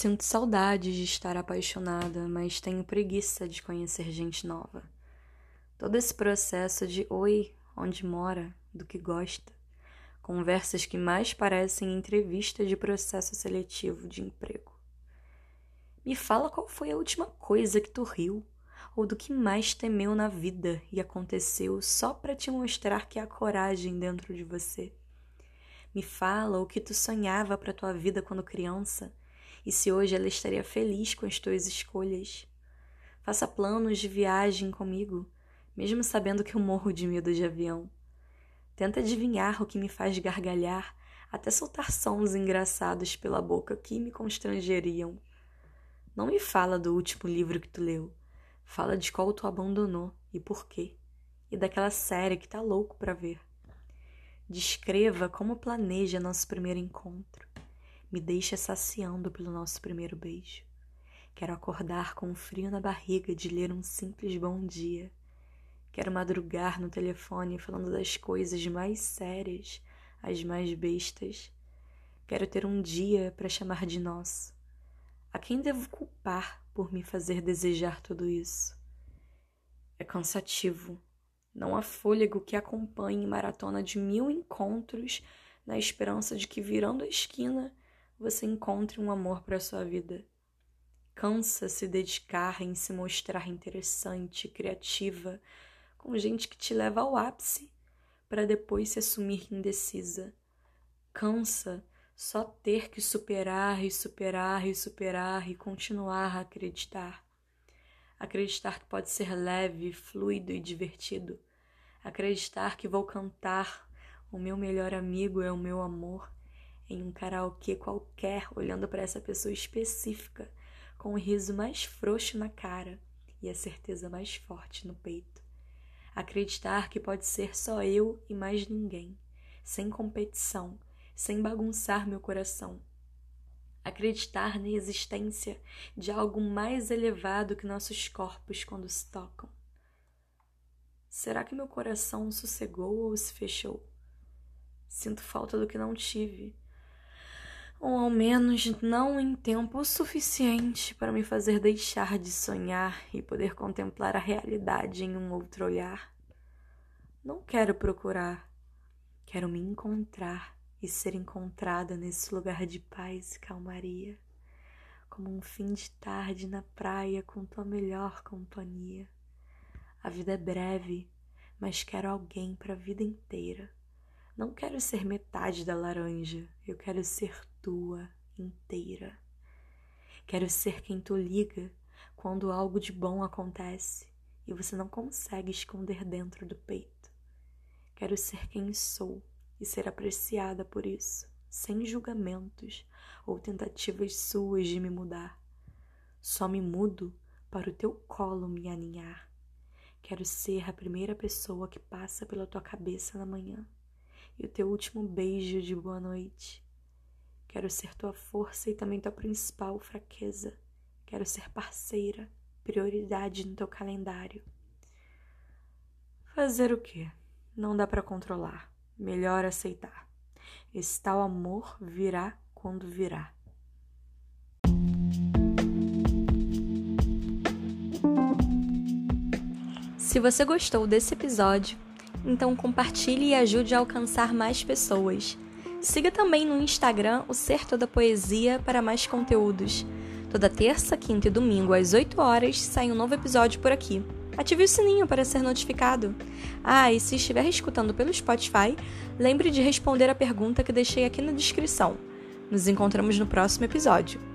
Sinto saudade de estar apaixonada, mas tenho preguiça de conhecer gente nova. Todo esse processo de oi, onde mora, do que gosta, conversas que mais parecem entrevista de processo seletivo de emprego. Me fala qual foi a última coisa que tu riu, ou do que mais temeu na vida e aconteceu só para te mostrar que há coragem dentro de você. Me fala o que tu sonhava para tua vida quando criança, e se hoje ela estaria feliz com as tuas escolhas. Faça planos de viagem comigo, mesmo sabendo que eu morro de medo de avião. Tenta adivinhar o que me faz gargalhar, até soltar sons engraçados pela boca que me constrangeriam. Não me fala do último livro que tu leu. Fala de qual tu abandonou e por quê. E daquela série que tá louco pra ver. Descreva como planeja nosso primeiro encontro. Me deixa saciando pelo nosso primeiro beijo. Quero acordar com um frio na barriga de ler um simples bom dia. Quero madrugar no telefone falando das coisas mais sérias, as mais bestas. Quero ter um dia para chamar de nosso. A quem devo culpar por me fazer desejar tudo isso? É cansativo. Não há fôlego que acompanhe maratona de 1000 encontros na esperança de que, virando a esquina, você encontre um amor para a sua vida. Cansa se dedicar em se mostrar interessante, criativa, com gente que te leva ao ápice para depois se assumir indecisa. Cansa só ter que superar e superar e superar e continuar a acreditar. Acreditar que pode ser leve, fluido e divertido. Acreditar que vou cantar "O meu melhor amigo é o meu amor" em um karaokê qualquer, olhando para essa pessoa específica, com o riso mais frouxo na cara e a certeza mais forte no peito. Acreditar que pode ser só eu e mais ninguém, sem competição, sem bagunçar meu coração. Acreditar na existência de algo mais elevado que nossos corpos quando se tocam. Será que meu coração sossegou ou se fechou? Sinto falta do que não tive, ou ao menos não em tempo suficiente para me fazer deixar de sonhar e poder contemplar a realidade em um outro olhar. Não quero procurar, quero me encontrar e ser encontrada nesse lugar de paz e calmaria, como um fim de tarde na praia com tua melhor companhia. A vida é breve, mas quero alguém para a vida inteira. Não quero ser metade da laranja, eu quero ser tua inteira. Quero ser quem tu liga quando algo de bom acontece e você não consegue esconder dentro do peito. Quero ser quem sou e ser apreciada por isso, sem julgamentos ou tentativas suas de me mudar. Só me mudo para o teu colo me aninhar. Quero ser a primeira pessoa que passa pela tua cabeça na manhã e o teu último beijo de boa noite. Quero ser tua força e também tua principal fraqueza. Quero ser parceira, prioridade no teu calendário. Fazer o quê? Não dá para controlar. Melhor aceitar. Esse tal amor virá quando virá. Se você gostou desse episódio, então compartilhe e ajude a alcançar mais pessoas. Siga também no Instagram o Ser Toda Poesia para mais conteúdos. Toda terça, quinta e domingo às 8 horas sai um novo episódio por aqui. Ative o sininho para ser notificado. E se estiver escutando pelo Spotify, lembre de responder a pergunta que deixei aqui na descrição. Nos encontramos no próximo episódio.